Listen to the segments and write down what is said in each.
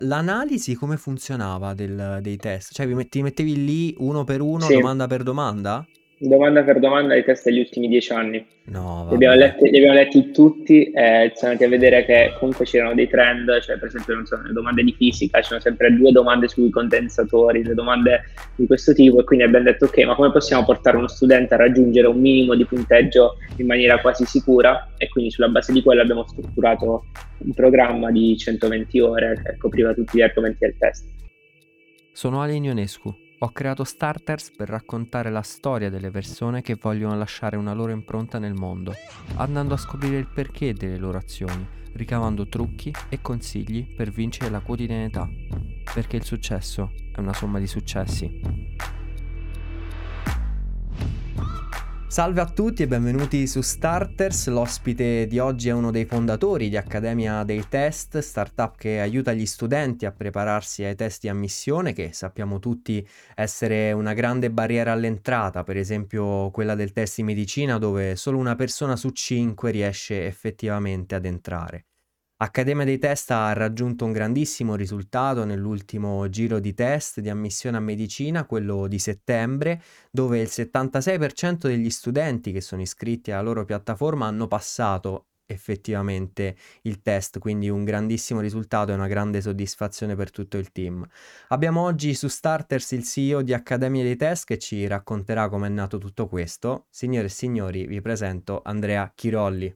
l'analisi come funzionava dei test? Cioè ti mettevi lì uno per uno, Sì, domanda per domanda? domanda per domanda i test degli ultimi 10 anni. No, Li abbiamo vabbè. letti, li abbiamo letti tutti e siamo andati a vedere che comunque c'erano dei trend, cioè per esempio, non so, nelle domande di fisica c'erano sempre due domande sui condensatori, le domande di questo tipo e quindi abbiamo detto ok, ma come possiamo portare uno studente a raggiungere un minimo di punteggio in maniera quasi sicura e quindi sulla base di quello abbiamo strutturato un programma di 120 ore che copriva tutti gli argomenti del test. Sono Ale Ionescu. Ho creato Starters per raccontare la storia delle persone che vogliono lasciare una loro impronta nel mondo, andando a scoprire il perché delle loro azioni, ricavando trucchi e consigli per vincere la quotidianità. Perché il successo è una somma di successi. Salve a tutti e benvenuti su Starters. L'ospite di oggi è uno dei fondatori di Accademia dei Test, startup che aiuta gli studenti a prepararsi ai test di ammissione, che sappiamo tutti essere una grande barriera all'entrata, per esempio quella del test di medicina, dove solo una persona su 5 riesce effettivamente ad entrare. Accademia dei Test ha raggiunto un grandissimo risultato nell'ultimo giro di test di ammissione a medicina, quello di settembre, dove il 76% degli studenti che sono iscritti alla loro piattaforma hanno passato effettivamente il test, quindi un grandissimo risultato e una grande soddisfazione per tutto il team. Abbiamo oggi su Starters il CEO di Accademia dei Test che ci racconterà come è nato tutto questo. Signore e signori, vi presento Andrea Chirolli.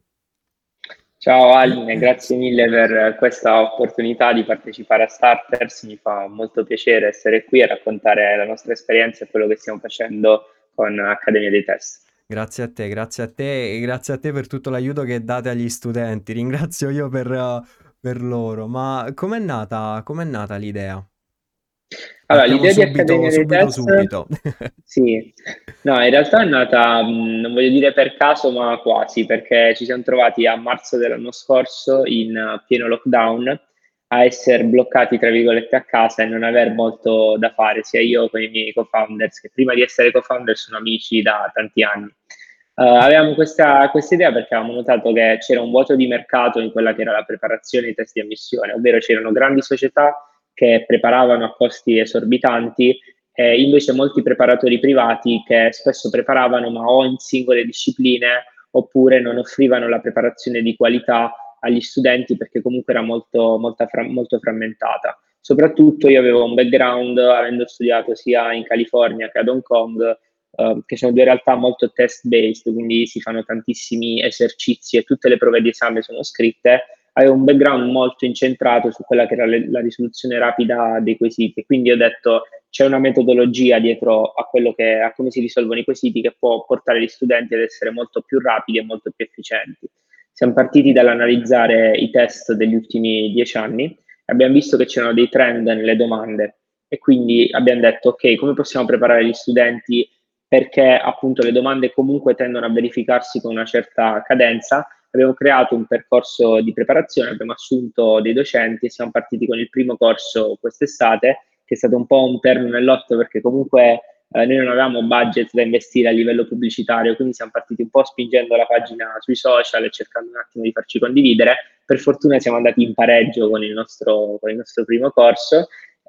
Ciao Aline, grazie mille per questa opportunità di partecipare a Starters. Mi fa molto piacere essere qui a raccontare la nostra esperienza e quello che stiamo facendo con Accademia dei Test. Grazie a te e grazie a te per tutto l'aiuto che date agli studenti. Ringrazio io per loro. Ma com'è nata l'idea? Allora, Partiamo l'idea di Accademia dei Test, subito. sì, no, in realtà è nata, non voglio dire per caso, ma quasi, perché ci siamo trovati a marzo dell'anno scorso in pieno lockdown a essere bloccati, tra virgolette, a casa e non aver molto da fare, sia io con i miei co-founders, che prima di essere co-founder sono amici da tanti anni. Avevamo questa idea perché avevamo notato che c'era un vuoto di mercato in quella che era la preparazione dei test di ammissione, ovvero c'erano grandi società che preparavano a costi esorbitanti e invece molti preparatori privati che spesso preparavano ma o in singole discipline oppure non offrivano la preparazione di qualità agli studenti perché comunque era molto frammentata. Soprattutto io avevo un background, avendo studiato sia in California che ad Hong Kong, che sono due realtà molto test-based, quindi si fanno tantissimi esercizi e tutte le prove di esame sono scritte, avevo un background molto incentrato su quella che era la risoluzione rapida dei quesiti. Quindi ho detto c'è una metodologia dietro a come si risolvono i quesiti che può portare gli studenti ad essere molto più rapidi e molto più efficienti. Siamo partiti dall'analizzare i test degli ultimi 10 anni e abbiamo visto che c'erano dei trend nelle domande e quindi abbiamo detto ok, come possiamo preparare gli studenti perché appunto le domande comunque tendono a verificarsi con una certa cadenza. Abbiamo creato un percorso di preparazione, abbiamo assunto dei docenti e siamo partiti con il primo corso quest'estate, che è stato un po' un terno nell'otto perché comunque noi non avevamo budget da investire a livello pubblicitario, quindi siamo partiti un po' spingendo la pagina sui social e cercando un attimo di farci condividere. Per fortuna siamo andati in pareggio con il nostro primo corso.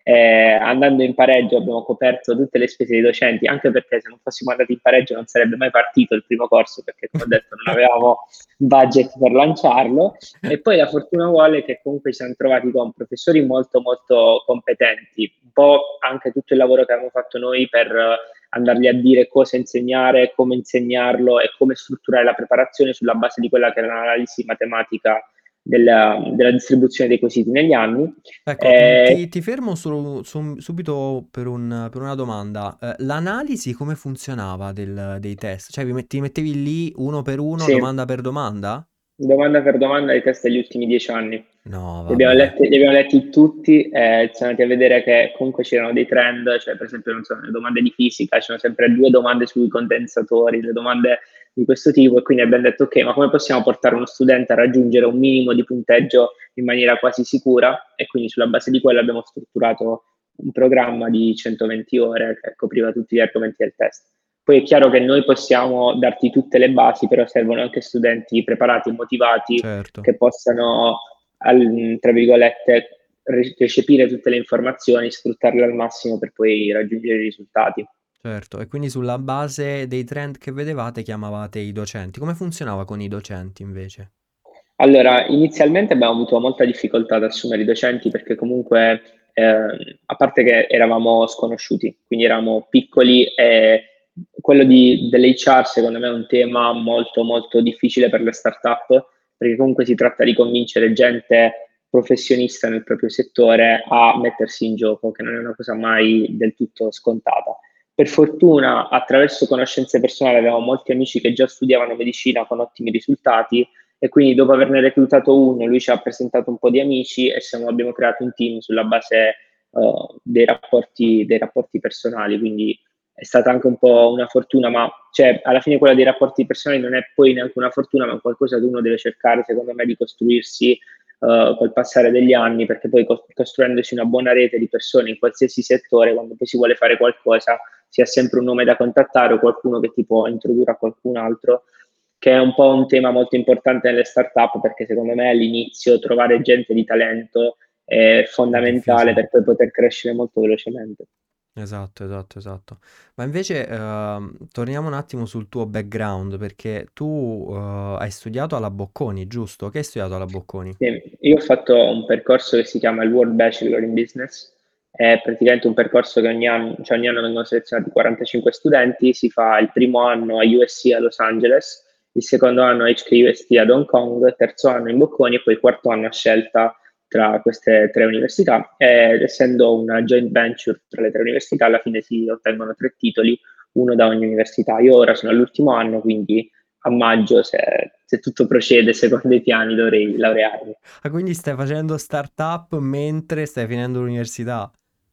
Andando in pareggio abbiamo coperto tutte le spese dei docenti, anche perché se non fossimo andati in pareggio non sarebbe mai partito il primo corso, perché come ho detto non avevamo budget per lanciarlo. E poi la fortuna vuole che comunque ci siamo trovati con professori molto competenti, un po' anche tutto il lavoro che abbiamo fatto noi per andargli a dire cosa insegnare, come insegnarlo e come strutturare la preparazione sulla base di quella che era l'analisi matematica della distribuzione dei quesiti negli anni. Ecco, Eh, ti fermo subito per una domanda. L'analisi come funzionava dei test? Cioè ti mettevi lì uno per uno, sì, domanda per domanda? domanda per domanda i test degli ultimi 10 anni. No, vabbè. Li abbiamo letti tutti e siamo andati a vedere che comunque c'erano dei trend, cioè per esempio, non so, nelle domande di fisica c'erano sempre due domande sui condensatori, le domande di questo tipo e quindi abbiamo detto ok, ma come possiamo portare uno studente a raggiungere un minimo di punteggio in maniera quasi sicura e quindi sulla base di quello abbiamo strutturato un programma di 120 ore che copriva tutti gli argomenti del test. Poi è chiaro che noi possiamo darti tutte le basi, però servono anche studenti preparati e motivati Certo. che possano, tra virgolette, recepire tutte le informazioni, sfruttarle al massimo per poi raggiungere i risultati. Certo, e quindi sulla base dei trend che vedevate chiamavate i docenti. Come funzionava con i docenti invece? Allora, inizialmente abbiamo avuto molta difficoltà ad assumere i docenti perché comunque, a parte che eravamo sconosciuti, quindi eravamo piccoli e quello dell'HR secondo me è un tema molto molto difficile per le startup, perché comunque si tratta di convincere gente professionista nel proprio settore a mettersi in gioco, che non è una cosa mai del tutto scontata. Per fortuna, attraverso conoscenze personali, avevamo molti amici che già studiavano medicina con ottimi risultati e quindi dopo averne reclutato uno, lui ci ha presentato un po' di amici e abbiamo creato un team sulla base dei rapporti personali, quindi è stata anche un po' una fortuna, ma cioè, alla fine quella dei rapporti personali non è poi neanche una fortuna, ma qualcosa che uno deve cercare, secondo me, di costruirsi col passare degli anni, perché poi costruendosi una buona rete di persone in qualsiasi settore, quando poi si vuole fare qualcosa, si ha sempre un nome da contattare o qualcuno che ti può introdurre a qualcun altro, che è un po' un tema molto importante nelle startup, perché secondo me all'inizio trovare gente di talento è È fondamentale difficile. per poi poter crescere molto velocemente. Esatto, esatto, esatto. Ma invece torniamo un attimo sul tuo background, perché tu hai studiato alla Bocconi, giusto? Che hai studiato alla Bocconi? Sì, io ho fatto un percorso che si chiama il World Bachelor in Business, è praticamente un percorso che ogni anno vengono selezionati 45 studenti, si fa il primo anno a USC a Los Angeles, il secondo anno a HKUST ad Hong Kong, terzo anno in Bocconi e poi il quarto anno a scelta tra queste tre università. Ed essendo una joint venture tra le tre università, alla fine si ottengono 3 titoli, uno da ogni università. Io ora sono all'ultimo anno, quindi a maggio, se tutto procede secondo i piani, dovrei laurearmi. Ah, quindi stai facendo startup mentre stai finendo l'università?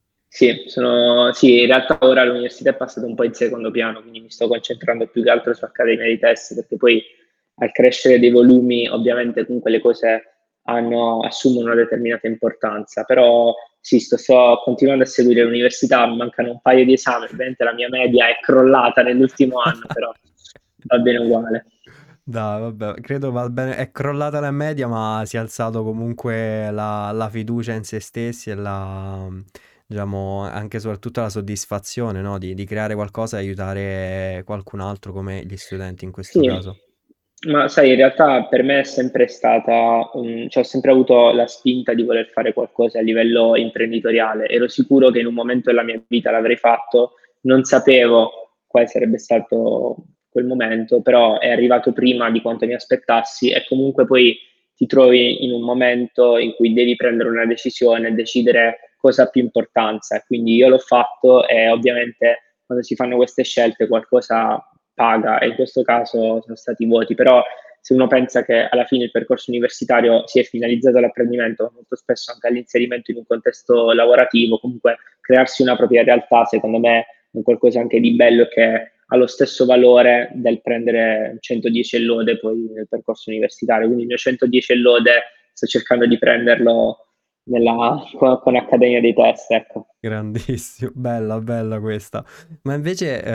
Sì, in realtà ora l'università è passata un po' in secondo piano, quindi mi sto concentrando più che altro su accademia di test, perché poi al crescere dei volumi ovviamente comunque le cose assumono una determinata importanza, però sì, sto continuando a seguire l'università, mi mancano un paio di esami, ovviamente la mia media è crollata nell'ultimo anno, però va bene uguale. Dai, vabbè, credo va bene. È crollata la media, ma si è alzato comunque la fiducia in se stessi e diciamo, anche e soprattutto la soddisfazione, no? Di creare qualcosa e aiutare qualcun altro come gli studenti in questo Sì, caso. ma sai, in realtà per me è sempre stata, cioè ho sempre avuto la spinta di voler fare qualcosa a livello imprenditoriale. Ero sicuro che in un momento della mia vita l'avrei fatto, non sapevo quale sarebbe stato quel momento, però è arrivato prima di quanto mi aspettassi e comunque poi ti trovi in un momento in cui devi prendere una decisione e decidere cosa ha più importanza. Quindi io l'ho fatto e ovviamente quando si fanno queste scelte qualcosa paga e in questo caso sono stati i voti, però se uno pensa che alla fine il percorso universitario si è finalizzato all'apprendimento, molto spesso anche all'inserimento in un contesto lavorativo, comunque crearsi una propria realtà, secondo me è qualcosa anche di bello che ha lo stesso valore del prendere 110 e lode poi nel percorso universitario. Quindi il mio 110 e lode sto cercando di prenderlo con Accademia dei Test, ecco. Grandissimo, bella, bella questa. Ma invece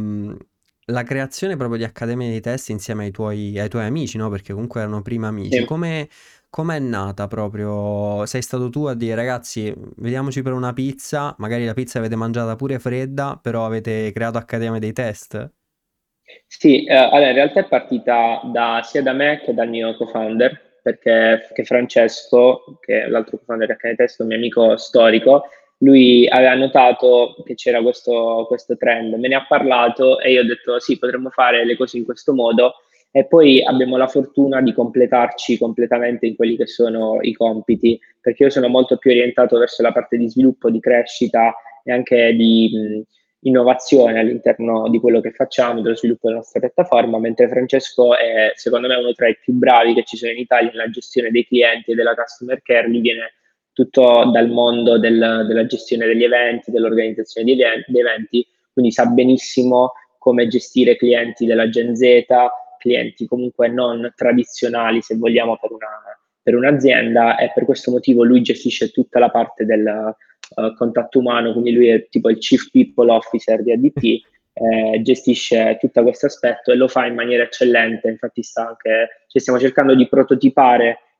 la creazione proprio di Accademia di Test insieme ai tuoi amici, no? Perché comunque erano prima amici. Sì. Come è nata proprio? Sei stato tu a dire ragazzi, vediamoci per una pizza, magari la pizza avete mangiata pure fredda, però avete creato Accademia dei Test? Sì, allora in realtà è partita sia da me che dal mio co-founder, perché che Francesco, che è l'altro co-founder di Accanetest, un mio amico storico, lui aveva notato che c'era questo trend, me ne ha parlato e io ho detto sì, potremmo fare le cose in questo modo e poi abbiamo la fortuna di completarci completamente in quelli che sono i compiti, perché io sono molto più orientato verso la parte di sviluppo, di crescita e anche di innovazione all'interno di quello che facciamo, dello sviluppo della nostra piattaforma, mentre Francesco è secondo me uno tra i più bravi che ci sono in Italia nella gestione dei clienti e della customer care, lui viene tutto dal mondo della gestione degli eventi, dell'organizzazione di eventi, quindi sa benissimo come gestire clienti della Gen Z, clienti comunque non tradizionali se vogliamo per un'azienda e per questo motivo lui gestisce tutta la parte del contatto umano, quindi lui è tipo il Chief People Officer di ADT, gestisce tutto questo aspetto e lo fa in maniera eccellente, infatti cioè stiamo cercando di prototipare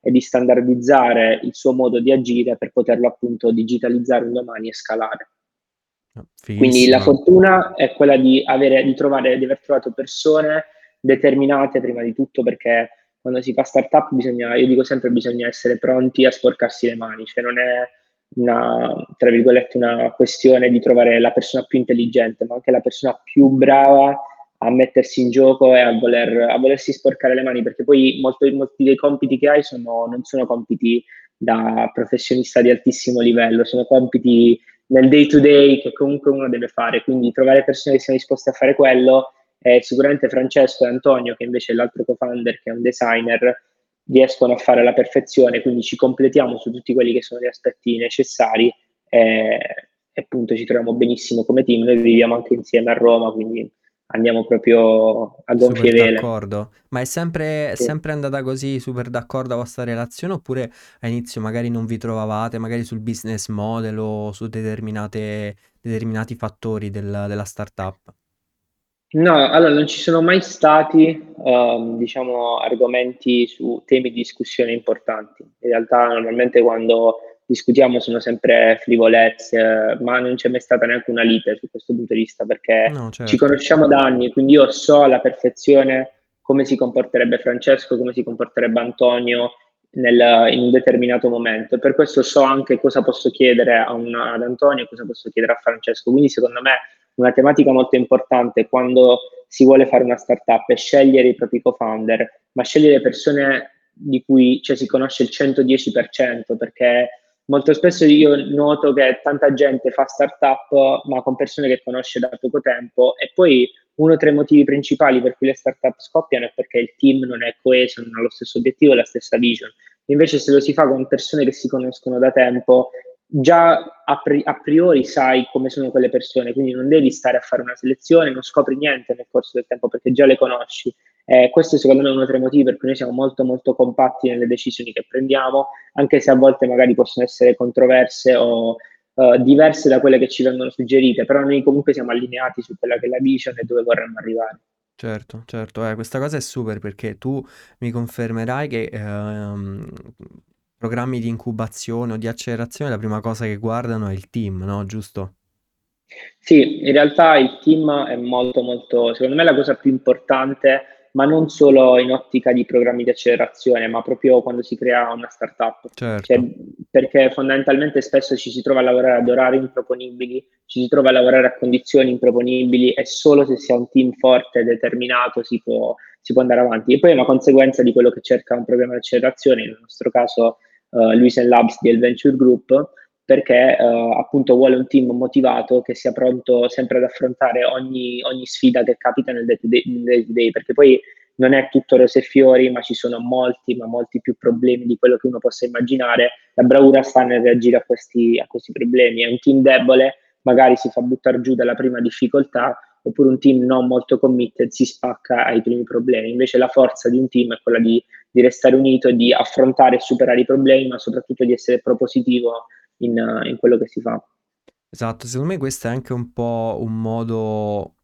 e di standardizzare il suo modo di agire per poterlo appunto digitalizzare un domani e scalare. Quindi la Fighissimo. fortuna è quella di aver trovato persone determinate prima di tutto, perché quando si fa startup io dico sempre, bisogna essere pronti a sporcarsi le mani, cioè non è tra virgolette, una questione di trovare la persona più intelligente, ma anche la persona più brava a mettersi in gioco e a volersi sporcare le mani, perché poi molti dei compiti che hai non sono compiti da professionista di altissimo livello, sono compiti nel day to day che comunque uno deve fare, quindi trovare persone che siano disposte a fare quello, sicuramente Francesco e Antonio, che invece è l'altro co-founder, che è un designer, riescono a fare alla perfezione, quindi ci completiamo su tutti quelli che sono gli aspetti necessari e appunto ci troviamo benissimo come team. Noi viviamo anche insieme a Roma, quindi andiamo proprio a gonfie Super vele. d'accordo. Ma è Sì. sempre andata così, super d'accordo la vostra relazione, oppure all'inizio magari non vi trovavate, magari sul business model o su determinati fattori della startup? No, allora non ci sono mai stati, diciamo, argomenti su temi di discussione importanti. In realtà normalmente quando discutiamo sono sempre frivolezze, ma non c'è mai stata neanche una lite su questo punto di vista, perché No, ci certo. conosciamo da anni, quindi io so alla perfezione come si comporterebbe Francesco, come si comporterebbe Antonio in un determinato momento. E per questo so anche cosa posso chiedere ad Antonio e cosa posso chiedere a Francesco. Quindi secondo me una tematica molto importante quando si vuole fare una startup è scegliere i propri co-founder, ma scegliere persone di cui si conosce il 110%, perché molto spesso io noto che tanta gente fa startup ma con persone che conosce da poco tempo, e poi uno tra i motivi principali per cui le startup scoppiano è perché il team non è coeso, non ha lo stesso obiettivo e la stessa vision. Invece se lo si fa con persone che si conoscono da tempo, già a priori sai come sono quelle persone, quindi non devi stare a fare una selezione, non scopri niente nel corso del tempo perché già le conosci. Questo secondo me è uno dei motivi per cui noi siamo molto molto compatti nelle decisioni che prendiamo, anche se a volte magari possono essere controverse o diverse da quelle che ci vengono suggerite, però noi comunque siamo allineati su quella che è la vision e dove vorremmo arrivare. Certo, certo, questa cosa è super perché tu mi confermerai che programmi di incubazione o di accelerazione la prima cosa che guardano è il team, no? Giusto? Sì, in realtà il team è molto, molto, secondo me, la cosa più importante, ma non solo in ottica di programmi di accelerazione, ma proprio quando si crea una startup. Cioè, Certo, perché fondamentalmente spesso ci si trova a lavorare ad orari improponibili, ci si trova a lavorare a condizioni improponibili e solo se si ha un team forte e determinato si può andare avanti. E poi è una conseguenza di quello che cerca un programma di accelerazione, nel nostro caso Luis Labs di El Venture Group, perché appunto vuole un team motivato che sia pronto sempre ad affrontare ogni sfida che capita nel day to day, perché poi non è tutto rose e fiori, ma ci sono ma molti più problemi di quello che uno possa immaginare. La bravura sta nel reagire a questi problemi. È un team debole, magari si fa buttare giù dalla prima difficoltà, oppure un team non molto committed si spacca ai primi problemi. Invece la forza di un team è quella di restare unito e di affrontare e superare i problemi, ma soprattutto di essere propositivo in quello che si fa. esatto, secondo me questo è anche un po' un modo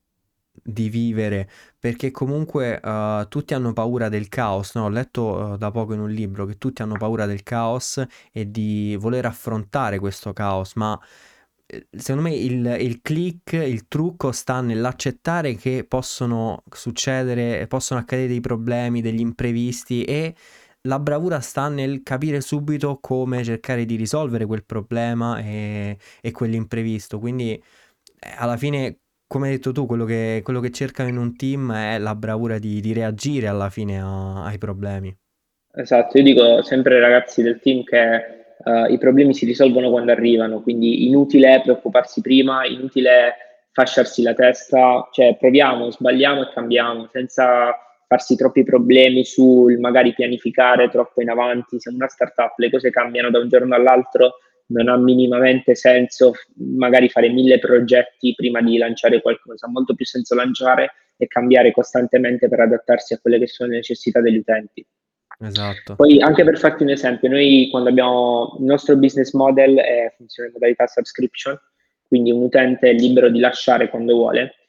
di vivere, perché comunque tutti hanno paura del caos, no? Ho letto da poco in un libro che tutti hanno paura del caos e di voler affrontare questo caos, ma secondo me il click, il trucco sta nell'accettare che possono succedere, possono accadere dei problemi, degli imprevisti e la bravura sta nel capire subito come cercare di risolvere quel problema e quell'imprevisto. Quindi alla fine, come hai detto tu, quello che cercano in un team è la bravura di reagire alla fine ai problemi. Esatto, io dico sempre ai ragazzi del team che i problemi si risolvono quando arrivano, quindi inutile preoccuparsi prima, inutile fasciarsi la testa, cioè proviamo, sbagliamo e cambiamo, senza farsi troppi problemi sul magari pianificare troppo in avanti. Siamo una startup, le cose cambiano da un giorno all'altro, non ha minimamente senso magari fare 1000 progetti prima di lanciare qualcosa, ha molto più senso lanciare e cambiare costantemente per adattarsi a quelle che sono le necessità degli utenti. Esatto. Poi anche per farti un esempio, noi quando abbiamo il nostro business model funziona in modalità subscription, quindi un utente è libero di lasciare quando vuole.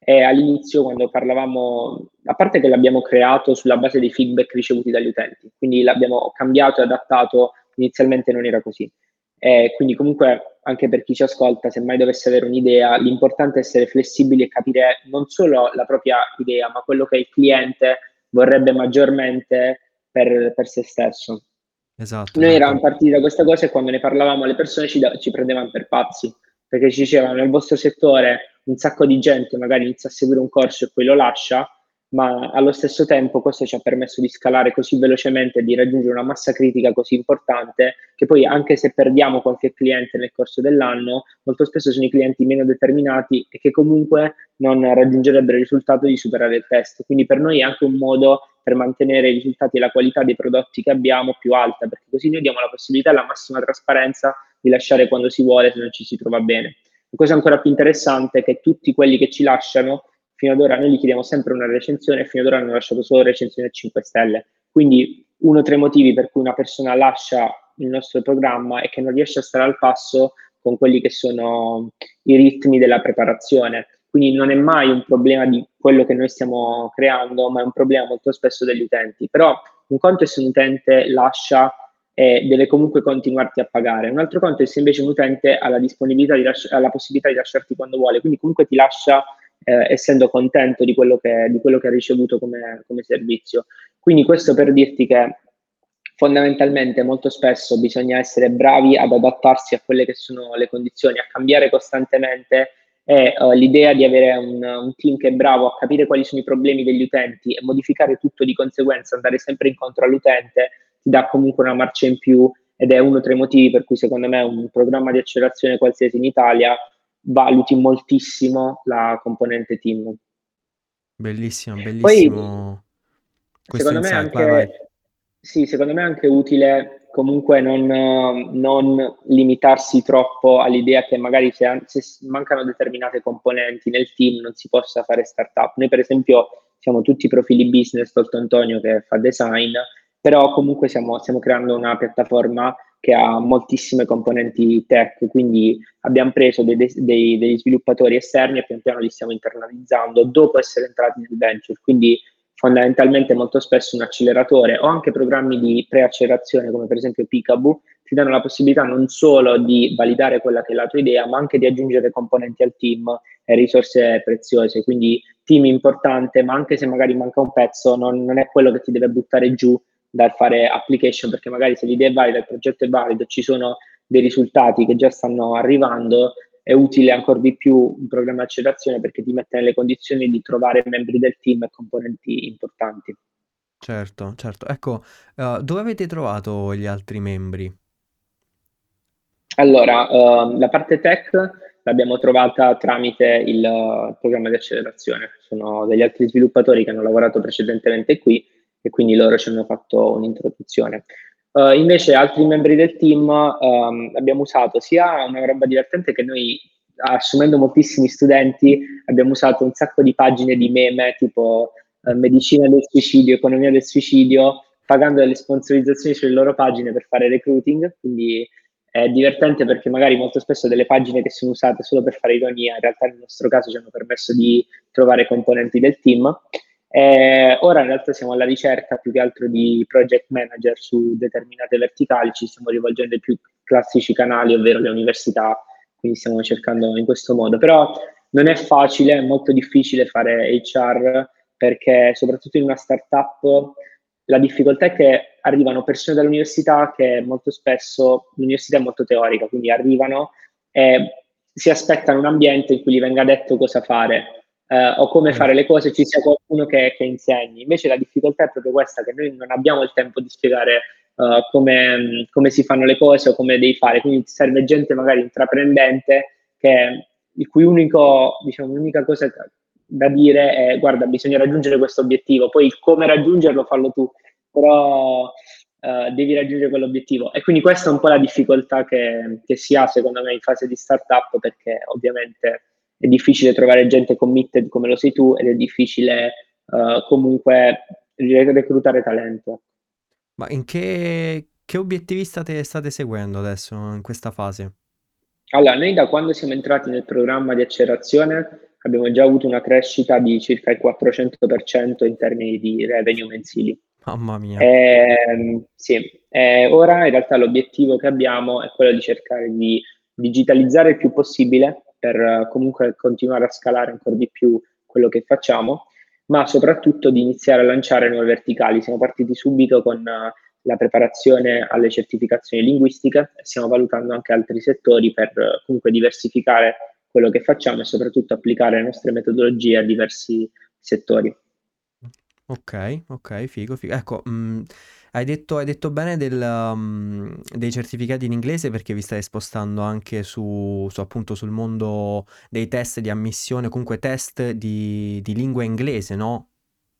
e all'inizio quando parlavamo, a parte che l'abbiamo creato sulla base dei feedback ricevuti dagli utenti, quindi l'abbiamo cambiato e adattato, inizialmente non era così. E quindi comunque anche per chi ci ascolta, se mai dovesse avere un'idea, l'importante è essere flessibili e capire non solo la propria idea, ma quello che il cliente vorrebbe maggiormente per se stesso. Esatto, Noi eravamo esatto. partiti da questa cosa e quando ne parlavamo alle persone ci prendevano per pazzi, perché ci dicevano nel vostro settore un sacco di gente magari inizia a seguire un corso e poi lo lascia, ma allo stesso tempo questo ci ha permesso di scalare così velocemente e di raggiungere una massa critica così importante che poi anche se perdiamo qualche cliente nel corso dell'anno, molto spesso sono i clienti meno determinati e che comunque non raggiungerebbero il risultato di superare il test. Quindi per noi è anche un modo per mantenere i risultati e la qualità dei prodotti che abbiamo più alta, perché così noi diamo la possibilità e la massima trasparenza di lasciare quando si vuole se non ci si trova bene. La cosa ancora più interessante è che tutti quelli che ci lasciano, fino ad ora noi gli chiediamo sempre una recensione e fino ad ora hanno lasciato solo recensioni a 5 stelle. Quindi uno tra i motivi per cui una persona lascia il nostro programma è che non riesce a stare al passo con quelli che sono i ritmi della preparazione. Quindi non è mai un problema di quello che noi stiamo creando, ma è un problema molto spesso degli utenti. Però un conto è se un utente lascia e deve comunque continuarti a pagare. Un altro conto è se invece un utente ha la disponibilità ha la possibilità di lasciarti quando vuole, quindi comunque ti lascia essendo contento di quello che ha ricevuto come servizio. Quindi questo per dirti che fondamentalmente molto spesso bisogna essere bravi ad adattarsi a quelle che sono le condizioni, a cambiare costantemente e l'idea di avere un team che è bravo a capire quali sono i problemi degli utenti e modificare tutto di conseguenza, andare sempre incontro all'utente, ti dà comunque una marcia in più ed è uno tra i motivi per cui secondo me un programma di accelerazione qualsiasi in Italia valuti moltissimo la componente team. Bellissimo, Poi bellissimo questo secondo me insight. Vai, vai. anche, sì, secondo me è anche utile comunque non limitarsi troppo all'idea che magari se mancano determinate componenti nel team non si possa fare startup. Noi per esempio siamo tutti profili business, tolto Antonio che fa design, però comunque stiamo creando una piattaforma che ha moltissime componenti tech, quindi abbiamo preso degli sviluppatori esterni e pian piano li stiamo internalizzando dopo essere entrati nel venture, quindi fondamentalmente molto spesso un acceleratore o anche programmi di preaccelerazione come per esempio Picaboo ti danno la possibilità non solo di validare quella che è la tua idea, ma anche di aggiungere componenti al team e risorse preziose, quindi team importante, ma anche se magari manca un pezzo non è quello che ti deve buttare giù dal fare application, perché magari se l'idea è valida, il progetto è valido, ci sono dei risultati che già stanno arrivando, è utile ancora di più un programma di accelerazione perché ti mette nelle condizioni di trovare membri del team e componenti importanti. Certo, certo. Ecco, dove avete trovato gli altri membri? Allora, la parte tech l'abbiamo trovata tramite il programma di accelerazione. Sono degli altri sviluppatori che hanno lavorato precedentemente qui e quindi loro ci hanno fatto un'introduzione. Invece altri membri del team abbiamo usato sia una roba divertente che noi, assumendo moltissimi studenti, abbiamo usato un sacco di pagine di meme tipo medicina del suicidio, economia del suicidio, pagando delle sponsorizzazioni sulle loro pagine per fare recruiting, quindi è divertente perché magari molto spesso delle pagine che sono usate solo per fare ironia, in realtà nel nostro caso ci hanno permesso di trovare componenti del team. Ora in realtà siamo alla ricerca più che altro di project manager su determinate verticali, ci stiamo rivolgendo ai più classici canali, ovvero le università, quindi stiamo cercando in questo modo. Però non è facile, è molto difficile fare HR perché soprattutto in una startup la difficoltà è che arrivano persone dall'università che molto spesso l'università è molto teorica, quindi arrivano e si aspettano un ambiente in cui gli venga detto cosa fare o come fare Certo. le cose, ci sia qualcuno che insegni. Invece la difficoltà è proprio questa, che noi non abbiamo il tempo di spiegare come si fanno le cose o come devi fare, quindi ti serve gente magari intraprendente il cui l'unica cosa da dire è guarda, bisogna raggiungere questo obiettivo, poi il come raggiungerlo fallo tu, però devi raggiungere quell'obiettivo. E quindi questa è un po' la difficoltà che si ha secondo me in fase di startup, perché ovviamente è difficile trovare gente committed come lo sei tu ed è difficile comunque reclutare talento. Ma che obiettivi state seguendo adesso in questa fase? Allora, noi da quando siamo entrati nel programma di accelerazione abbiamo già avuto una crescita di circa il 400% in termini di revenue mensili. Mamma mia. Sì, ora in realtà l'obiettivo che abbiamo è quello di cercare di digitalizzare il più possibile per comunque continuare a scalare ancora di più quello che facciamo, ma soprattutto di iniziare a lanciare nuove verticali. Siamo partiti subito con la preparazione alle certificazioni linguistiche e stiamo valutando anche altri settori per comunque diversificare quello che facciamo e soprattutto applicare le nostre metodologie a diversi settori. Ok, ok, figo, figo. Ecco, hai detto bene dei certificati in inglese perché vi stai spostando anche appunto sul mondo dei test di ammissione, comunque test di lingua inglese, no?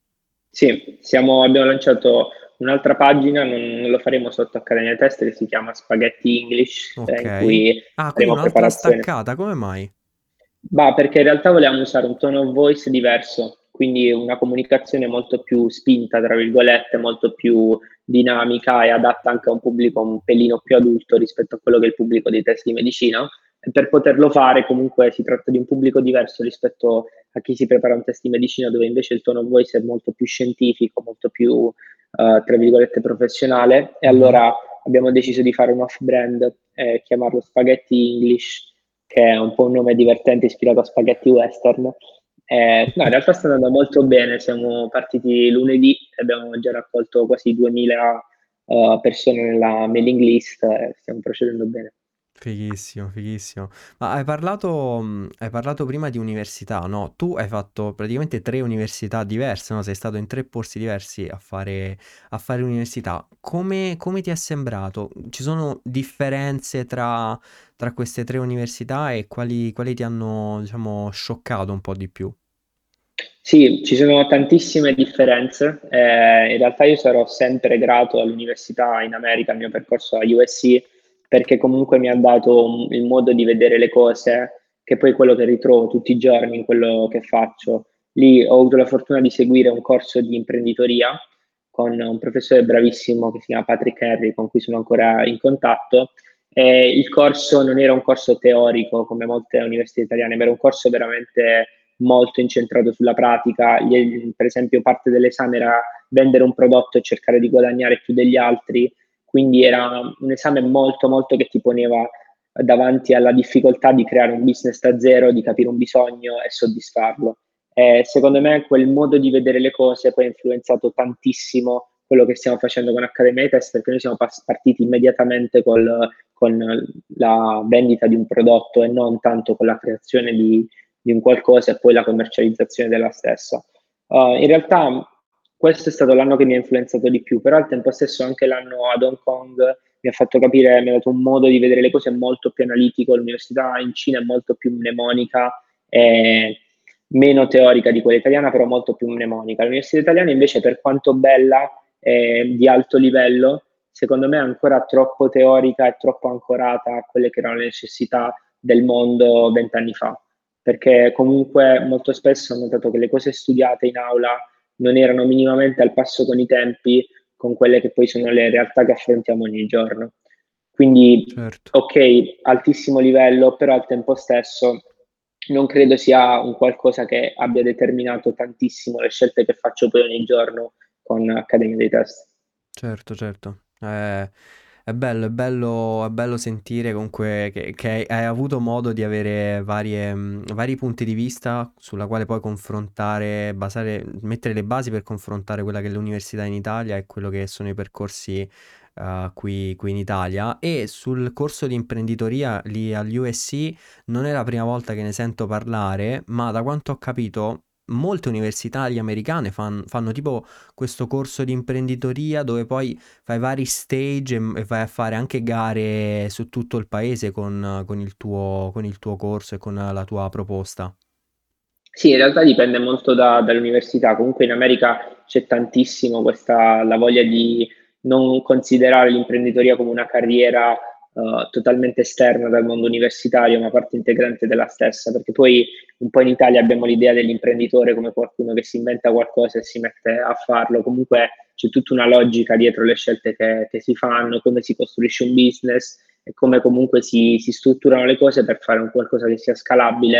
Sì, abbiamo lanciato un'altra pagina, non lo faremo sotto Accademia Test, che si chiama Spaghetti English, Ok. in cui Ah, quindi faremo un'altra preparazione. staccata, come mai? Ma perché in realtà volevamo usare un tone of voice diverso, quindi una comunicazione molto più spinta, tra virgolette, molto più dinamica e adatta anche a un pubblico un pelino più adulto rispetto a quello che è il pubblico dei test di medicina. E per poterlo fare, comunque, si tratta di un pubblico diverso rispetto a chi si prepara un test di medicina, dove invece il tone of voice è molto più scientifico, molto più, tra virgolette, professionale. E Mhm. allora abbiamo deciso di fare un off-brand e chiamarlo Spaghetti English, che è un po' un nome divertente ispirato a spaghetti western. No, in realtà sta andando molto bene, siamo partiti lunedì e abbiamo già raccolto quasi 2000 persone nella mailing list e stiamo procedendo bene. Fighissimo, fighissimo. Ma hai parlato prima di università, no? Tu hai fatto praticamente tre università diverse, no? Sei stato in tre posti diversi a fare università. Come ti è sembrato? Ci sono differenze tra queste tre università e quali ti hanno, diciamo, scioccato un po' di più? Sì, ci sono tantissime differenze. In realtà io sarò sempre grato all'università in America, al mio percorso a USC, perché comunque mi ha dato il modo di vedere le cose, che poi è quello che ritrovo tutti i giorni in quello che faccio. Lì ho avuto la fortuna di seguire un corso di imprenditoria con un professore bravissimo che si chiama Patrick Henry, con cui sono ancora in contatto. E il corso non era un corso teorico come molte università italiane, ma era un corso veramente molto incentrato sulla pratica. Per esempio, parte dell'esame era vendere un prodotto e cercare di guadagnare più degli altri, quindi era un esame molto, molto che ti poneva davanti alla difficoltà di creare un business da zero, di capire un bisogno e soddisfarlo. Secondo me quel modo di vedere le cose poi ha influenzato tantissimo quello che stiamo facendo con Accademia Test, perché noi siamo partiti immediatamente con la vendita di un prodotto e non tanto con la creazione di un qualcosa e poi la commercializzazione della stessa. In realtà questo è stato l'anno che mi ha influenzato di più, però al tempo stesso anche l'anno ad Hong Kong mi ha fatto capire, mi ha dato un modo di vedere le cose molto più analitico. L'università in Cina è molto più mnemonica e meno teorica di quella italiana, però molto più mnemonica. L'università italiana invece, per quanto bella e di alto livello, secondo me è ancora troppo teorica e troppo ancorata a quelle che erano le necessità del mondo 20 anni fa, perché comunque molto spesso ho notato che le cose studiate in aula non erano minimamente al passo con i tempi, con quelle che poi sono le realtà che affrontiamo ogni giorno. Quindi, Certo. ok, altissimo livello, però al tempo stesso non credo sia un qualcosa che abbia determinato tantissimo le scelte che faccio poi ogni giorno con Accademia dei Test. Certo, certo. È bello sentire comunque che hai avuto modo di avere vari punti di vista sulla quale poi confrontare, mettere le basi per confrontare quella che è l'università in Italia e quello che sono i percorsi qui in Italia. E sul corso di imprenditoria lì all'USC non è la prima volta che ne sento parlare, ma da quanto ho capito, molte università americane fanno tipo questo corso di imprenditoria dove poi fai vari stage e vai a fare anche gare su tutto il paese con il tuo corso e con la tua proposta. Sì, in realtà dipende molto dall'università. Comunque in America c'è tantissimo la voglia di non considerare l'imprenditoria come una carriera totalmente esterna dal mondo universitario, ma parte integrante della stessa, perché poi un po' in Italia abbiamo l'idea dell'imprenditore come qualcuno che si inventa qualcosa e si mette a farlo. Comunque c'è tutta una logica dietro le scelte che si fanno, come si costruisce un business e come comunque si strutturano le cose per fare un qualcosa che sia scalabile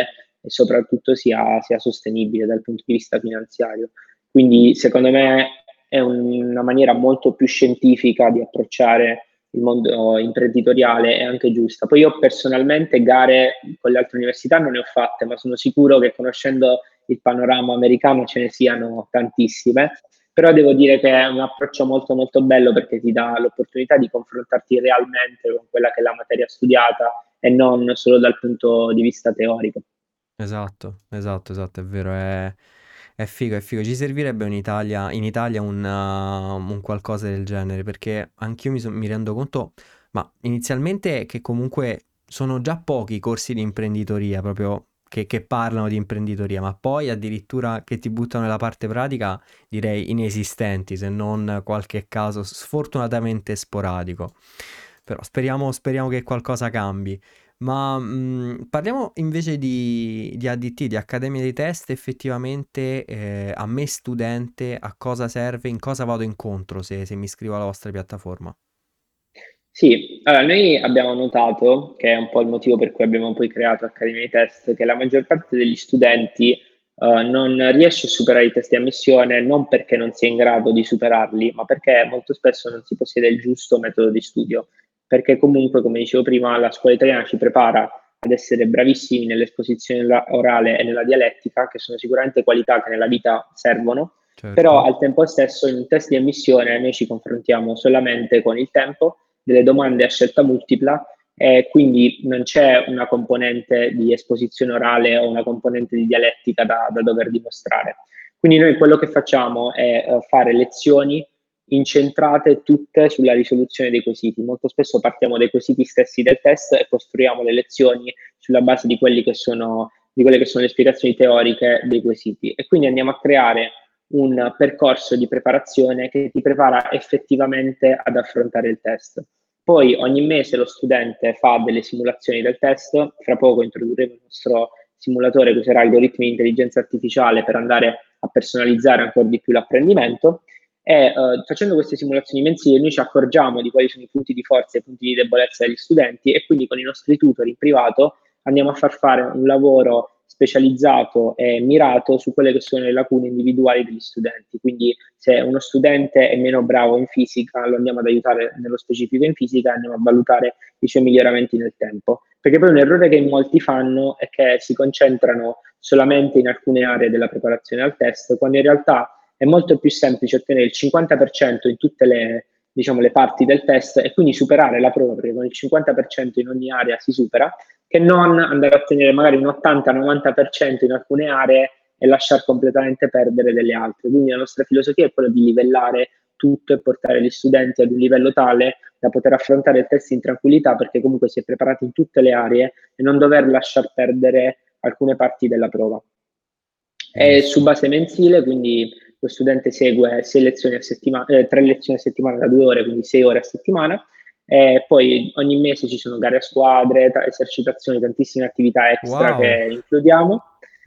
e soprattutto sia sostenibile dal punto di vista finanziario. Quindi secondo me è una maniera molto più scientifica di approcciare il mondo imprenditoriale e anche giusta. Poi io personalmente gare con le altre università non ne ho fatte, ma sono sicuro che conoscendo il panorama americano ce ne siano tantissime, però devo dire che è un approccio molto molto bello perché ti dà l'opportunità di confrontarti realmente con quella che è la materia studiata e non solo dal punto di vista teorico. Esatto, esatto, esatto, è vero, è figo, è figo. Ci servirebbe in Italia un qualcosa del genere, perché anch'io mi rendo conto, ma inizialmente che comunque sono già pochi i corsi di imprenditoria, proprio che parlano di imprenditoria, ma poi addirittura che ti buttano nella parte pratica, direi inesistenti, se non qualche caso sfortunatamente sporadico. Però speriamo che qualcosa cambi. Ma parliamo invece di ADT, di Accademia dei Test, effettivamente a me studente a cosa serve, in cosa vado incontro se mi iscrivo alla vostra piattaforma. Sì, allora noi abbiamo notato, che è un po' il motivo per cui abbiamo poi creato Accademia di Test, che la maggior parte degli studenti non riesce a superare i test di ammissione non perché non sia in grado di superarli, ma perché molto spesso non si possiede il giusto metodo di studio. Perché comunque, come dicevo prima, la scuola italiana ci prepara ad essere bravissimi nell'esposizione orale e nella dialettica, che sono sicuramente qualità che nella vita servono, però Certo. al tempo stesso in un test di ammissione noi ci confrontiamo solamente con il tempo, delle domande a scelta multipla e quindi non c'è una componente di esposizione orale o una componente di dialettica da dover dimostrare. Quindi noi quello che facciamo è fare lezioni incentrate tutte sulla risoluzione dei quesiti. Molto spesso partiamo dai quesiti stessi del test e costruiamo le lezioni sulla base di di quelle che sono le spiegazioni teoriche dei quesiti. E quindi andiamo a creare un percorso di preparazione che ti prepara effettivamente ad affrontare il test. Poi ogni mese lo studente fa delle simulazioni del test, fra poco introdurremo il nostro simulatore che userà algoritmi di intelligenza artificiale per andare a personalizzare ancora di più l'apprendimento e facendo queste simulazioni mensili noi ci accorgiamo di quali sono i punti di forza e i punti di debolezza degli studenti e quindi con i nostri tutor in privato andiamo a far fare un lavoro specializzato e mirato su quelle che sono le lacune individuali degli studenti. Quindi se uno studente è meno bravo in fisica, lo andiamo ad aiutare nello specifico in fisica e andiamo a valutare i suoi miglioramenti nel tempo. Perché poi un errore che in molti fanno è che si concentrano solamente in alcune aree della preparazione al test, quando in realtà è molto più semplice ottenere il 50% in tutte diciamo, le parti del test e quindi superare la prova, perché con il 50% in ogni area si supera, che non andare a ottenere magari un 80-90% in alcune aree e lasciar completamente perdere delle altre. Quindi la nostra filosofia è quella di livellare tutto e portare gli studenti ad un livello tale da poter affrontare il test in tranquillità perché comunque si è preparati in tutte le aree e non dover lasciar perdere alcune parti della prova. È su Fighissimo. base mensile, quindi lo studente segue 3 lezioni a settimana da 2 ore, quindi 6 ore a settimana. E poi ogni mese ci sono gare a squadre, esercitazioni, tantissime attività extra Wow. che includiamo.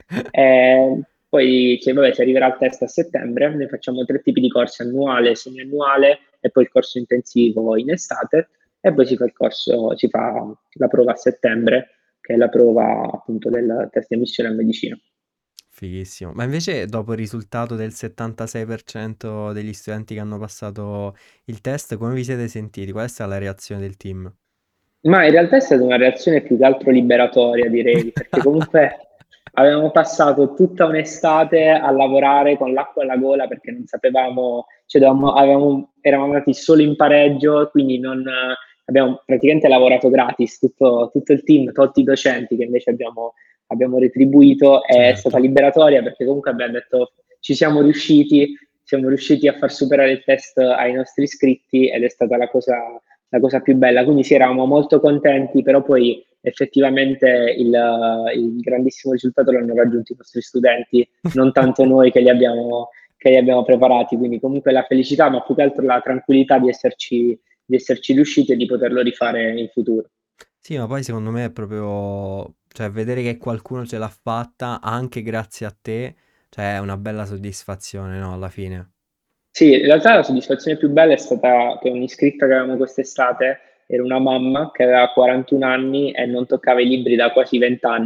Poi vabbè, si arriverà al test a settembre, noi facciamo 3 tipi di corsi, annuale, semiannuale e poi il corso intensivo in estate e poi si fa la prova a settembre, che è la prova appunto del test di ammissione a medicina. Fighissimo. Ma invece dopo il risultato del 76% degli studenti che hanno passato il test, come vi siete sentiti? Qual è stata la reazione del team? Ma in realtà è stata una reazione più che altro liberatoria, direi, perché comunque avevamo passato tutta un'estate a lavorare con l'acqua alla gola perché non sapevamo, cioè eravamo andati solo in pareggio, quindi non, abbiamo praticamente lavorato gratis, tutto il team, tolti i docenti che invece abbiamo retribuito, è stata Certo. liberatoria perché comunque abbiamo detto ci siamo riusciti a far superare il test ai nostri iscritti ed è stata la cosa più bella. Quindi sì, eravamo molto contenti, però poi effettivamente il grandissimo risultato l'hanno raggiunto i nostri studenti, non tanto noi che li abbiamo preparati. Quindi comunque la felicità, ma più che altro la tranquillità di esserci riusciti e di poterlo rifare in futuro. Sì, ma poi secondo me è proprio, cioè, vedere che qualcuno ce l'ha fatta anche grazie a te, cioè, è una bella soddisfazione, no, alla fine. Sì, in realtà la soddisfazione più bella è stata che un'iscritta che avevamo quest'estate era una mamma che aveva 41 anni e non toccava i libri da quasi 20 anni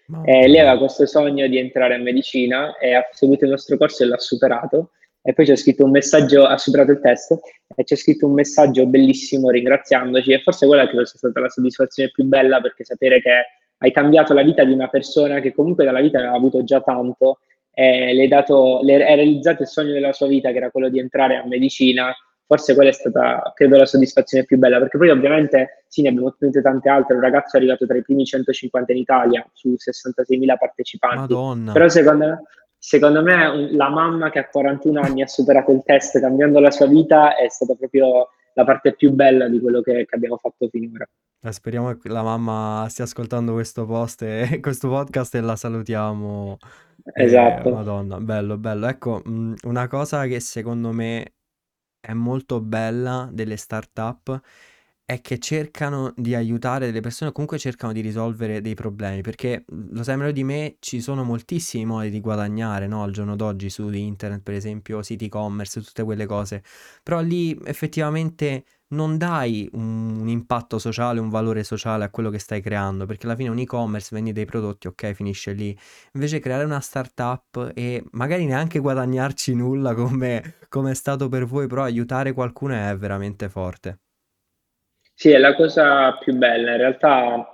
Mamma Lei mia. aveva questo sogno di entrare a medicina e ha seguito il nostro corso e l'ha superato. E poi c'è scritto un messaggio, ha superato il test e c'è scritto un messaggio bellissimo ringraziandoci. E forse quella credo sia stata la soddisfazione più bella, perché sapere che hai cambiato la vita di una persona che comunque dalla vita aveva avuto già tanto e hai realizzato il sogno della sua vita, che era quello di entrare a medicina. Forse quella è stata, credo, la soddisfazione più bella, perché poi ovviamente sì, ne abbiamo ottenute tante altre. Un ragazzo è arrivato tra i primi 150 in Italia su 66.000 partecipanti, Madonna. però secondo me la mamma che a 41 anni ha superato il test cambiando la sua vita è stata proprio la parte più bella di quello che abbiamo fatto finora. Speriamo che la mamma stia ascoltando questo post e questo podcast e la salutiamo. Esatto. Madonna, bello, bello. Ecco, una cosa che secondo me è molto bella delle startup è che cercano di aiutare delle persone, o comunque cercano di risolvere dei problemi, perché lo sai meglio di me, ci sono moltissimi modi di guadagnare, no? Al giorno d'oggi su internet, per esempio, siti e-commerce, tutte quelle cose, però lì effettivamente non dai un impatto sociale, un valore sociale a quello che stai creando, perché alla fine un e-commerce vendi dei prodotti, ok, finisce lì. Invece creare una startup e magari neanche guadagnarci nulla come è stato per voi, però aiutare qualcuno è veramente forte. Sì, è la cosa più bella. In realtà,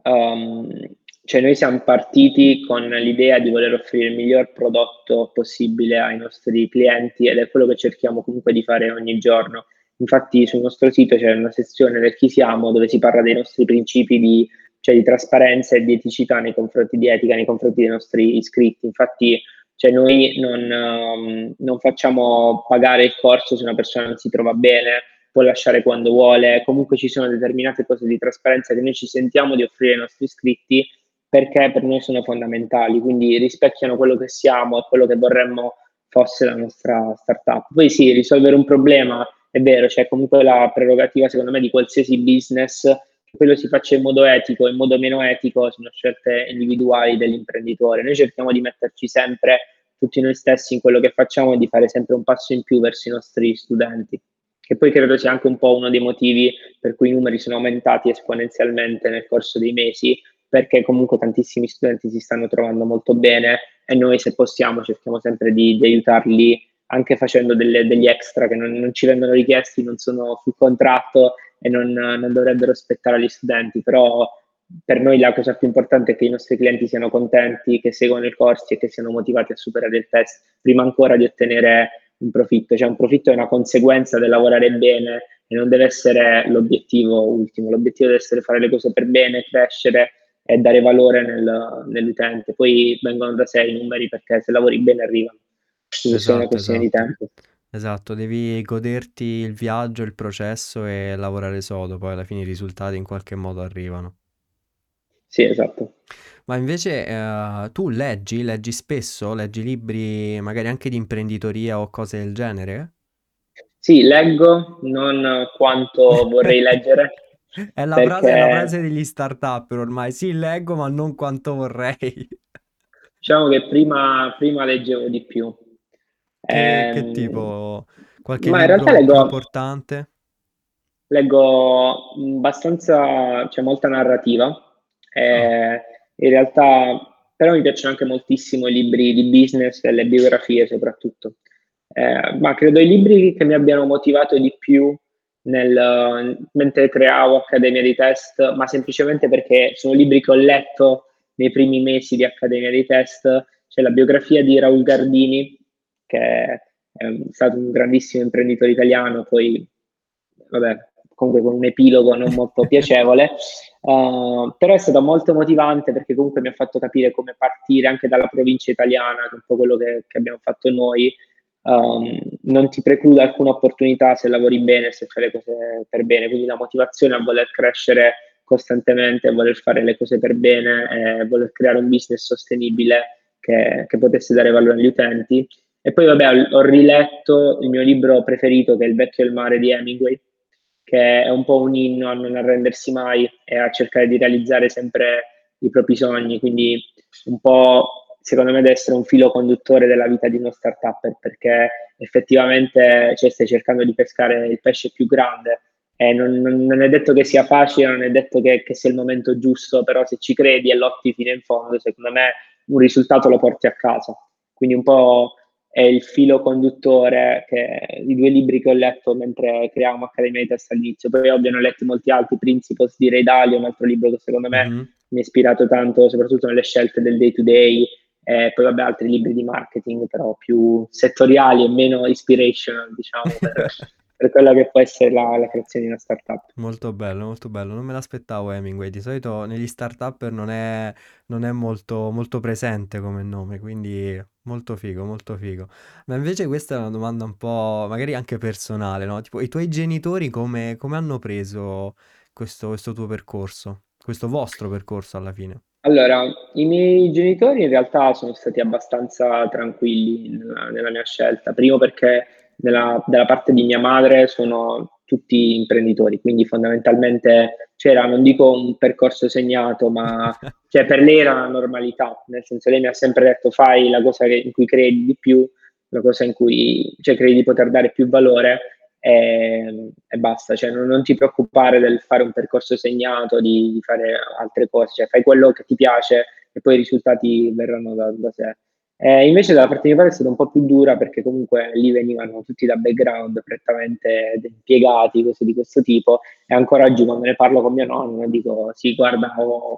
cioè noi siamo partiti con l'idea di voler offrire il miglior prodotto possibile ai nostri clienti ed è quello che cerchiamo comunque di fare ogni giorno. Infatti sul nostro sito c'è una sezione del chi siamo dove si parla dei nostri principi cioè di trasparenza e di eticità nei confronti di etica, nei confronti dei nostri iscritti. Infatti, cioè noi non facciamo pagare il corso se una persona non si trova bene, può lasciare quando vuole. Comunque ci sono determinate cose di trasparenza che noi ci sentiamo di offrire ai nostri iscritti perché per noi sono fondamentali, quindi rispecchiano quello che siamo e quello che vorremmo fosse la nostra startup. Poi sì, risolvere un problema è vero, c'è comunque la prerogativa secondo me di qualsiasi business che quello si faccia in modo etico, in modo meno etico sono scelte individuali dell'imprenditore. Noi cerchiamo di metterci sempre tutti noi stessi in quello che facciamo e di fare sempre un passo in più verso i nostri studenti, che poi credo sia anche un po' uno dei motivi per cui i numeri sono aumentati esponenzialmente nel corso dei mesi, perché comunque tantissimi studenti si stanno trovando molto bene e noi se possiamo cerchiamo sempre di aiutarli anche facendo degli extra che non ci vengono richiesti, non sono sul contratto e non dovrebbero aspettare agli studenti, però per noi la cosa più importante è che i nostri clienti siano contenti, che seguono i corsi e che siano motivati a superare il test, prima ancora di ottenere un profitto. Cioè un profitto è una conseguenza del lavorare bene e non deve essere l'obiettivo ultimo. L'obiettivo deve essere fare le cose per bene, crescere e dare valore nell'utente. Poi vengono da sé i numeri perché se lavori bene arrivano. Quindi è solo una Esatto, questione di esatto. tempo. Esatto, devi goderti il viaggio, il processo e lavorare sodo, poi alla fine i risultati in qualche modo arrivano. Sì, esatto. Ma invece tu leggi spesso, leggi libri magari anche di imprenditoria o cose del genere? Sì, leggo, non quanto vorrei leggere, È la frase perché degli start-up ormai. Sì, leggo, ma non quanto vorrei. diciamo che prima leggevo di più. Che Ehm, tipo, qualche ma in realtà libro più importante? leggo abbastanza, c'è molta narrativa. Ah, In realtà, però mi piacciono anche moltissimo i libri di business e le biografie soprattutto. Ma credo i libri che mi abbiano motivato di più mentre creavo Accademia dei Test, ma semplicemente perché sono libri che ho letto nei primi mesi di Accademia dei Test. C'è la biografia di Raul Gardini, che è stato un grandissimo imprenditore italiano, poi vabbè, comunque con un epilogo non molto piacevole, però è stato molto motivante perché comunque mi ha fatto capire come partire anche dalla provincia italiana, che è un po' quello che abbiamo fatto noi. Non ti preclude alcuna opportunità se lavori bene, se fai le cose per bene, quindi la motivazione a voler crescere costantemente, a voler fare le cose per bene, e voler creare un business sostenibile che potesse dare valore agli utenti. E poi, vabbè, ho riletto il mio libro preferito, che è Il vecchio e il mare di Hemingway, che è un po' un inno a non arrendersi mai e a cercare di realizzare sempre i propri sogni. Quindi, un po', secondo me, deve essere un filo conduttore della vita di uno startup, perché effettivamente cioè, stai cercando di pescare il pesce più grande non è detto che sia facile, non è detto che sia il momento giusto, però se ci credi e lotti fino in fondo, secondo me un risultato lo porti a casa. Quindi un po' è il filo conduttore i due libri che ho letto mentre creavamo Accademia di Test all'inizio. Poi ovvio ne ho letti molti altri, Principles di Ray Dalio, un altro libro che secondo me Mhm. mi ha ispirato tanto, soprattutto nelle scelte del day to day, e poi vabbè altri libri di marketing, però più settoriali e meno inspirational, diciamo, per quella che può essere la creazione di una startup. Molto bello, molto bello. Non me l'aspettavo Hemingway. Di solito negli startup non è molto, molto presente come nome, quindi molto figo, molto figo. Ma invece questa è una domanda un po' magari anche personale, no? Tipo, i tuoi genitori come hanno preso questo tuo percorso? Questo vostro percorso alla fine? Allora, i miei genitori in realtà sono stati abbastanza tranquilli nella mia scelta. Primo perché dalla parte di mia madre sono tutti imprenditori, quindi fondamentalmente c'era, non dico un percorso segnato, ma cioè, per lei era una normalità, nel senso lei mi ha sempre detto fai la cosa in cui credi di più, la cosa in cui cioè, credi di poter dare più valore e basta, cioè non ti preoccupare del fare un percorso segnato, di fare altre cose, cioè fai quello che ti piace e poi i risultati verranno da sé. Invece dalla parte di mio padre è stata un po' più dura perché comunque lì venivano tutti da background prettamente impiegati, cose di questo tipo, e ancora oggi quando ne parlo con mio nonno dico sì, guarda,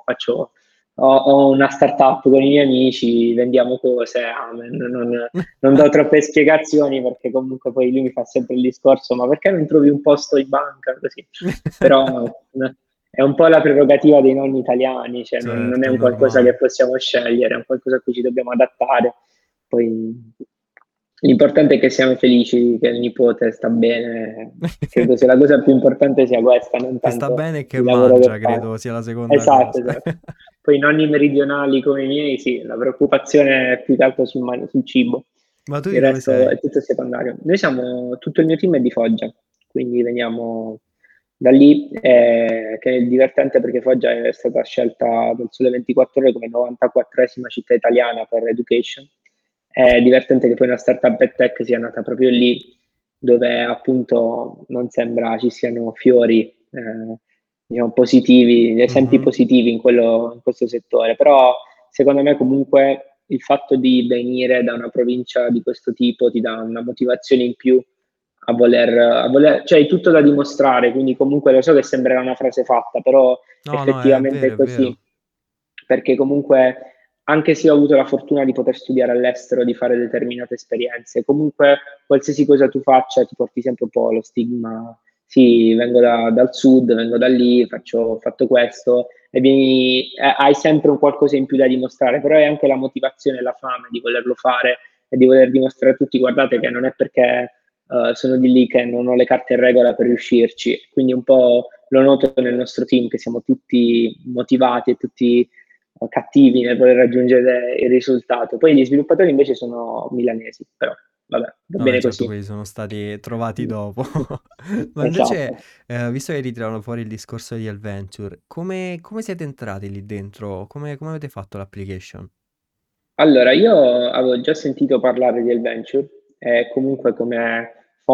ho una startup con i miei amici, vendiamo cose, amen, non do troppe spiegazioni perché comunque poi lui mi fa sempre il discorso, ma perché non trovi un posto in banca? Così. Però è un po' la prerogativa dei nonni italiani, cioè non è Certo, è un qualcosa che normale. possiamo scegliere, è un qualcosa a cui ci dobbiamo adattare. Poi l'importante è che siamo felici, che il nipote sta bene. Credo sia la cosa più importante sia questa, non Che sta tanto bene e che il lavoro mangia, che fa. credo sia la seconda Esatto, cosa. esatto. Poi i nonni meridionali come i miei, sì, la preoccupazione è più che altro sul cibo. Ma tu di Il dove resto sei? è tutto secondario. Noi siamo, tutto il mio team è di Foggia, quindi veniamo da lì, che è divertente perché Foggia è stata scelta dal Sole 24 Ore come 94esima città italiana per education. È divertente che poi una startup tech sia nata proprio lì, dove appunto non sembra ci siano fiori, diciamo, positivi, esempi Mhm. positivi in questo settore, però secondo me comunque il fatto di venire da una provincia di questo tipo ti dà una motivazione in più cioè è tutto da dimostrare, quindi comunque lo so che sembrerà una frase fatta, però No, no, è effettivamente vero, è è vero. così, perché comunque anche se ho avuto la fortuna di poter studiare all'estero, di fare determinate esperienze, comunque qualsiasi cosa tu faccia ti porti sempre un po' lo stigma, sì, vengo dal sud, vengo da lì, ho fatto questo, hai sempre un qualcosa in più da dimostrare, però è anche la motivazione e la fame di volerlo fare e di voler dimostrare a tutti, guardate che non è perché sono di lì che non ho le carte in regola per riuscirci, quindi un po' lo noto nel nostro team che siamo tutti motivati e tutti cattivi nel voler raggiungere il risultato. Poi gli sviluppatori invece sono milanesi, però vabbè, va No, bene certo, così. quelli sono stati trovati dopo. Ma invece, Esatto. visto che ritirano fuori il discorso di Adventure, come siete entrati lì dentro? Come avete fatto l'application? Allora, io avevo già sentito parlare di Adventure e comunque come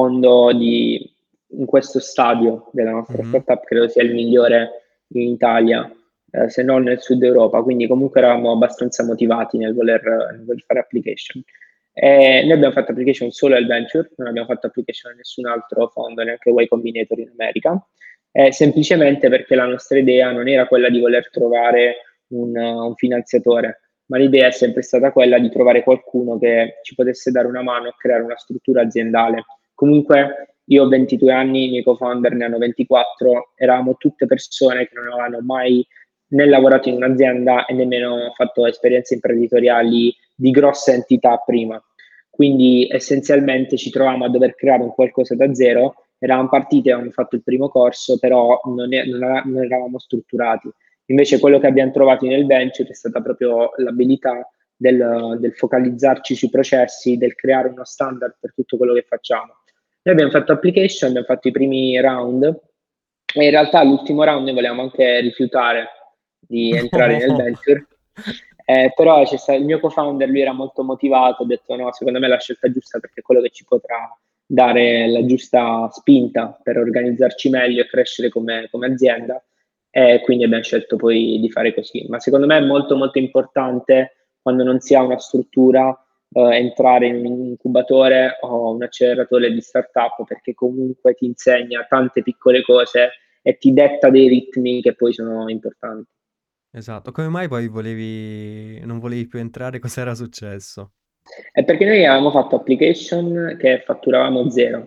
in questo stadio della nostra Mhm. startup credo sia il migliore in Italia, se non nel sud Europa, quindi comunque eravamo abbastanza motivati nel voler fare application. E noi abbiamo fatto application solo al venture, non abbiamo fatto application a nessun altro fondo, neanche Y Combinator in America, semplicemente perché la nostra idea non era quella di voler trovare un finanziatore, ma l'idea è sempre stata quella di trovare qualcuno che ci potesse dare una mano a creare una struttura aziendale. Comunque io ho 22 anni, i miei co-founder ne hanno 24, eravamo tutte persone che non avevano mai né lavorato in un'azienda e nemmeno fatto esperienze imprenditoriali di grosse entità prima. Quindi essenzialmente ci trovavamo a dover creare un qualcosa da zero, eravamo partiti, avevamo fatto il primo corso, però non eravamo strutturati. Invece quello che abbiamo trovato nel venture è stata proprio l'abilità del focalizzarci sui processi, del creare uno standard per tutto quello che facciamo. Noi abbiamo fatto application, abbiamo fatto i primi round e in realtà l'ultimo round noi volevamo anche rifiutare di entrare nel No. venture, però c'è stato il mio co-founder, lui era molto motivato, ha detto no, secondo me è la scelta giusta perché è quello che ci potrà dare la giusta spinta per organizzarci meglio e crescere come azienda, e quindi abbiamo scelto poi di fare così. Ma secondo me è molto molto importante, quando non si ha una struttura, entrare in un incubatore o un acceleratore di startup, perché comunque ti insegna tante piccole cose e ti detta dei ritmi che poi sono importanti. Esatto. Come mai poi non volevi più entrare? Cos'era successo? È perché noi avevamo fatto application che fatturavamo zero.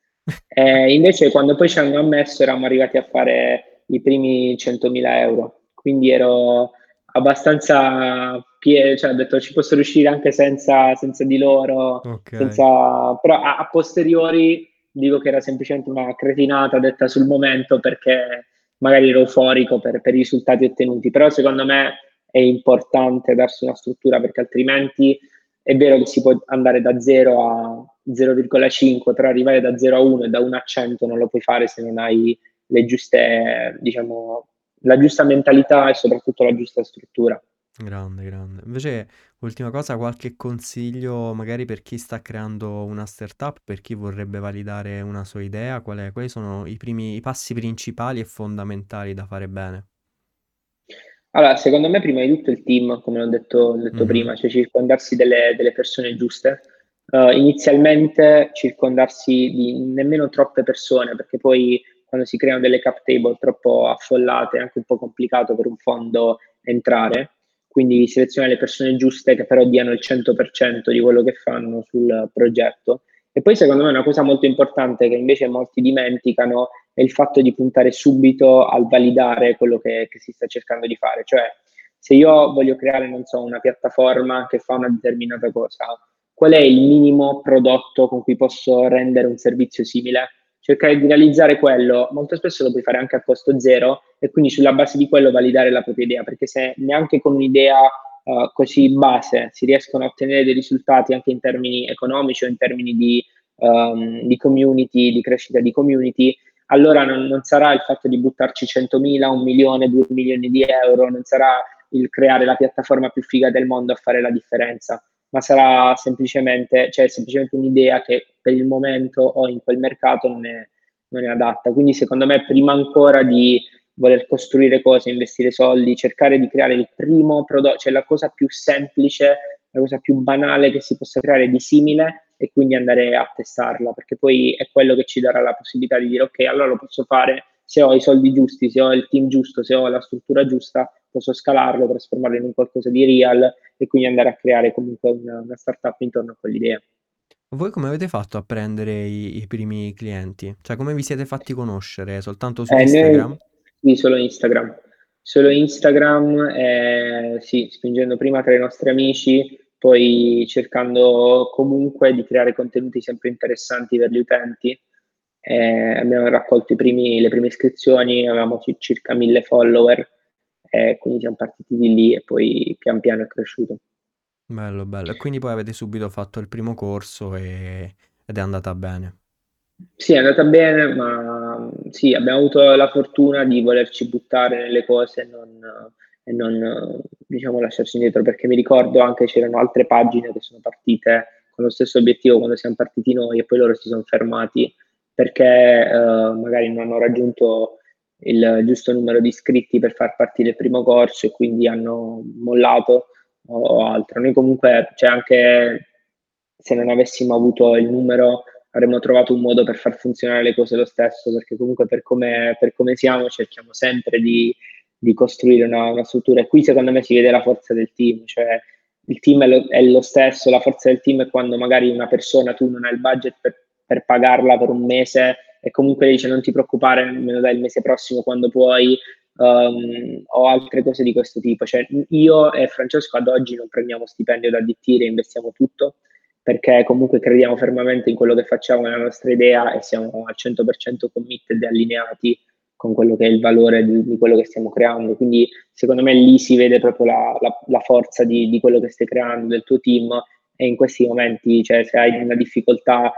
Invece quando poi ci hanno ammesso eravamo arrivati a fare i primi 100.000 euro, quindi ero abbastanza, cioè ho detto ci posso riuscire anche senza di loro, Ok. però a posteriori dico che era semplicemente una cretinata detta sul momento, perché magari ero euforico per i risultati ottenuti, però secondo me è importante darsi una struttura, perché altrimenti è vero che si può andare da 0 a 0,5, però arrivare da 0 a 1 e da 1 a 100 non lo puoi fare se non hai le giuste, diciamo, la giusta mentalità e soprattutto la giusta struttura. Grande, grande. Invece, ultima cosa, qualche consiglio magari per chi sta creando una startup, per chi vorrebbe validare una sua idea, quali sono i passi principali e fondamentali da fare bene? Allora, secondo me prima di tutto il team, come ho detto Mhm. prima, cioè circondarsi delle persone giuste. Inizialmente circondarsi di nemmeno troppe persone, perché poi quando si creano delle cap table troppo affollate è anche un po' complicato per un fondo entrare, quindi selezionare le persone giuste che però diano il 100% di quello che fanno sul progetto. E poi secondo me una cosa molto importante che invece molti dimenticano è il fatto di puntare subito al validare quello che si sta cercando di fare. Cioè, se io voglio creare, non so, una piattaforma che fa una determinata cosa, qual è il minimo prodotto con cui posso rendere un servizio simile? Cercare di realizzare quello, molto spesso lo puoi fare anche a costo zero, e quindi sulla base di quello validare la propria idea, perché se neanche con un'idea così base si riescono a ottenere dei risultati anche in termini economici o in termini di community, di crescita di community, allora non sarà il fatto di buttarci 100.000, 1 milione, 2 milioni di euro, non sarà il creare la piattaforma più figa del mondo a fare la differenza, ma sarà semplicemente un'idea che per il momento o in quel mercato non è adatta. Quindi secondo me prima ancora di voler costruire cose, investire soldi, cercare di creare il primo prodotto, cioè la cosa più semplice, la cosa più banale che si possa creare di simile, e quindi andare a testarla, perché poi è quello che ci darà la possibilità di dire ok, allora lo posso fare se ho i soldi giusti, se ho il team giusto, se ho la struttura giusta, posso scalarlo, trasformarlo in un qualcosa di real e quindi andare a creare comunque una startup intorno a quell'idea. Voi come avete fatto a prendere i primi clienti? Cioè, come vi siete fatti conoscere? Soltanto su Noi Instagram? sì, solo Instagram, sì, spingendo prima tra i nostri amici, poi cercando comunque di creare contenuti sempre interessanti per gli utenti. Abbiamo raccolto le prime iscrizioni, avevamo circa 1000 follower, quindi siamo partiti di lì e poi pian piano è cresciuto. Bello, bello. E quindi poi avete subito fatto il primo corso ed è andata bene. Sì, è andata bene, ma sì, abbiamo avuto la fortuna di volerci buttare nelle cose e non, diciamo, lasciarci indietro, perché mi ricordo anche c'erano altre pagine che sono partite con lo stesso obiettivo quando siamo partiti noi e poi loro si sono fermati perché magari non hanno raggiunto il giusto numero di iscritti per far partire il primo corso e quindi hanno mollato o altro. Noi comunque, cioè anche se non avessimo avuto il numero avremmo trovato un modo per far funzionare le cose lo stesso, perché comunque per come siamo cerchiamo sempre di costruire una struttura, e qui secondo me si vede la forza del team, cioè il team è lo stesso, la forza del team è quando magari una persona tu non hai il budget per pagarla per un mese e comunque dice non ti preoccupare, me lo dai il mese prossimo quando puoi, o altre cose di questo tipo. Cioè, io e Francesco ad oggi non prendiamo stipendio da DT, reinvestiamo tutto, perché comunque crediamo fermamente in quello che facciamo, nella nostra idea, e siamo al 100% committed e allineati con quello che è il valore di quello che stiamo creando. Quindi secondo me lì si vede proprio la forza di quello che stai creando, del tuo team, e in questi momenti, cioè, se hai una difficoltà,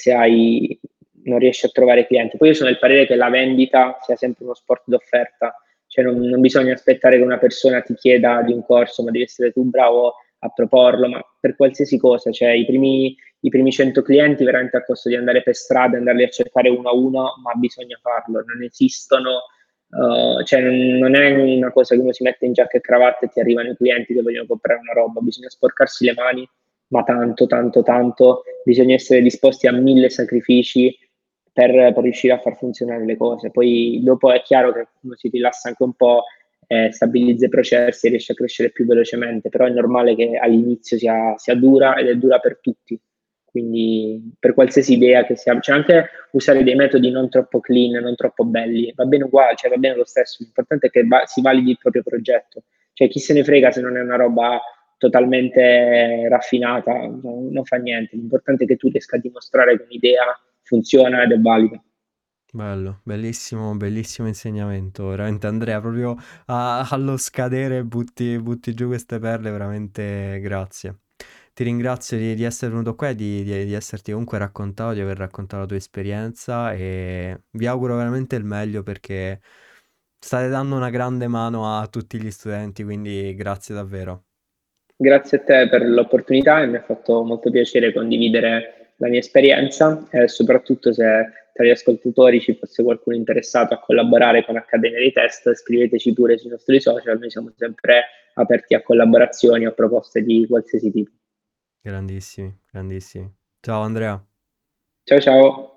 non riesci a trovare clienti. Poi io sono del parere che la vendita sia sempre uno sport d'offerta, cioè non bisogna aspettare che una persona ti chieda di un corso, ma devi essere tu bravo a proporlo, ma per qualsiasi cosa, cioè i primi 100 clienti veramente a costo di andare per strada e andarli a cercare uno a uno, ma bisogna farlo, non esistono, cioè non è una cosa che uno si mette in giacca e cravatta e ti arrivano i clienti che vogliono comprare una roba, bisogna sporcarsi le mani, ma tanto, tanto, tanto, bisogna essere disposti a 1000 sacrifici per riuscire a far funzionare le cose. Poi dopo è chiaro che uno si rilassa anche un po', stabilizza i processi e riesce a crescere più velocemente, però è normale che all'inizio sia dura ed è dura per tutti. Quindi per qualsiasi idea che sia, c'è anche usare dei metodi non troppo clean, non troppo belli, va bene uguale, cioè va bene lo stesso, l'importante è che si validi il proprio progetto, cioè chi se ne frega se non è una roba totalmente raffinata, non fa niente, l'importante è che tu riesca a dimostrare che un'idea funziona ed è valida. Bello, bellissimo, bellissimo insegnamento. Veramente Andrea, proprio allo scadere butti giù queste perle, veramente grazie. Ti ringrazio di essere venuto qua e di esserti comunque raccontato, di aver raccontato la tua esperienza e vi auguro veramente il meglio perché state dando una grande mano a tutti gli studenti, quindi grazie davvero. Grazie a te per l'opportunità e mi ha fatto molto piacere condividere la mia esperienza e soprattutto se tra gli ascoltatori ci fosse qualcuno interessato a collaborare con Accademia dei Test, scriveteci pure sui nostri social, noi siamo sempre aperti a collaborazioni o proposte di qualsiasi tipo. Grandissimi, grandissimi. Ciao Andrea. Ciao ciao!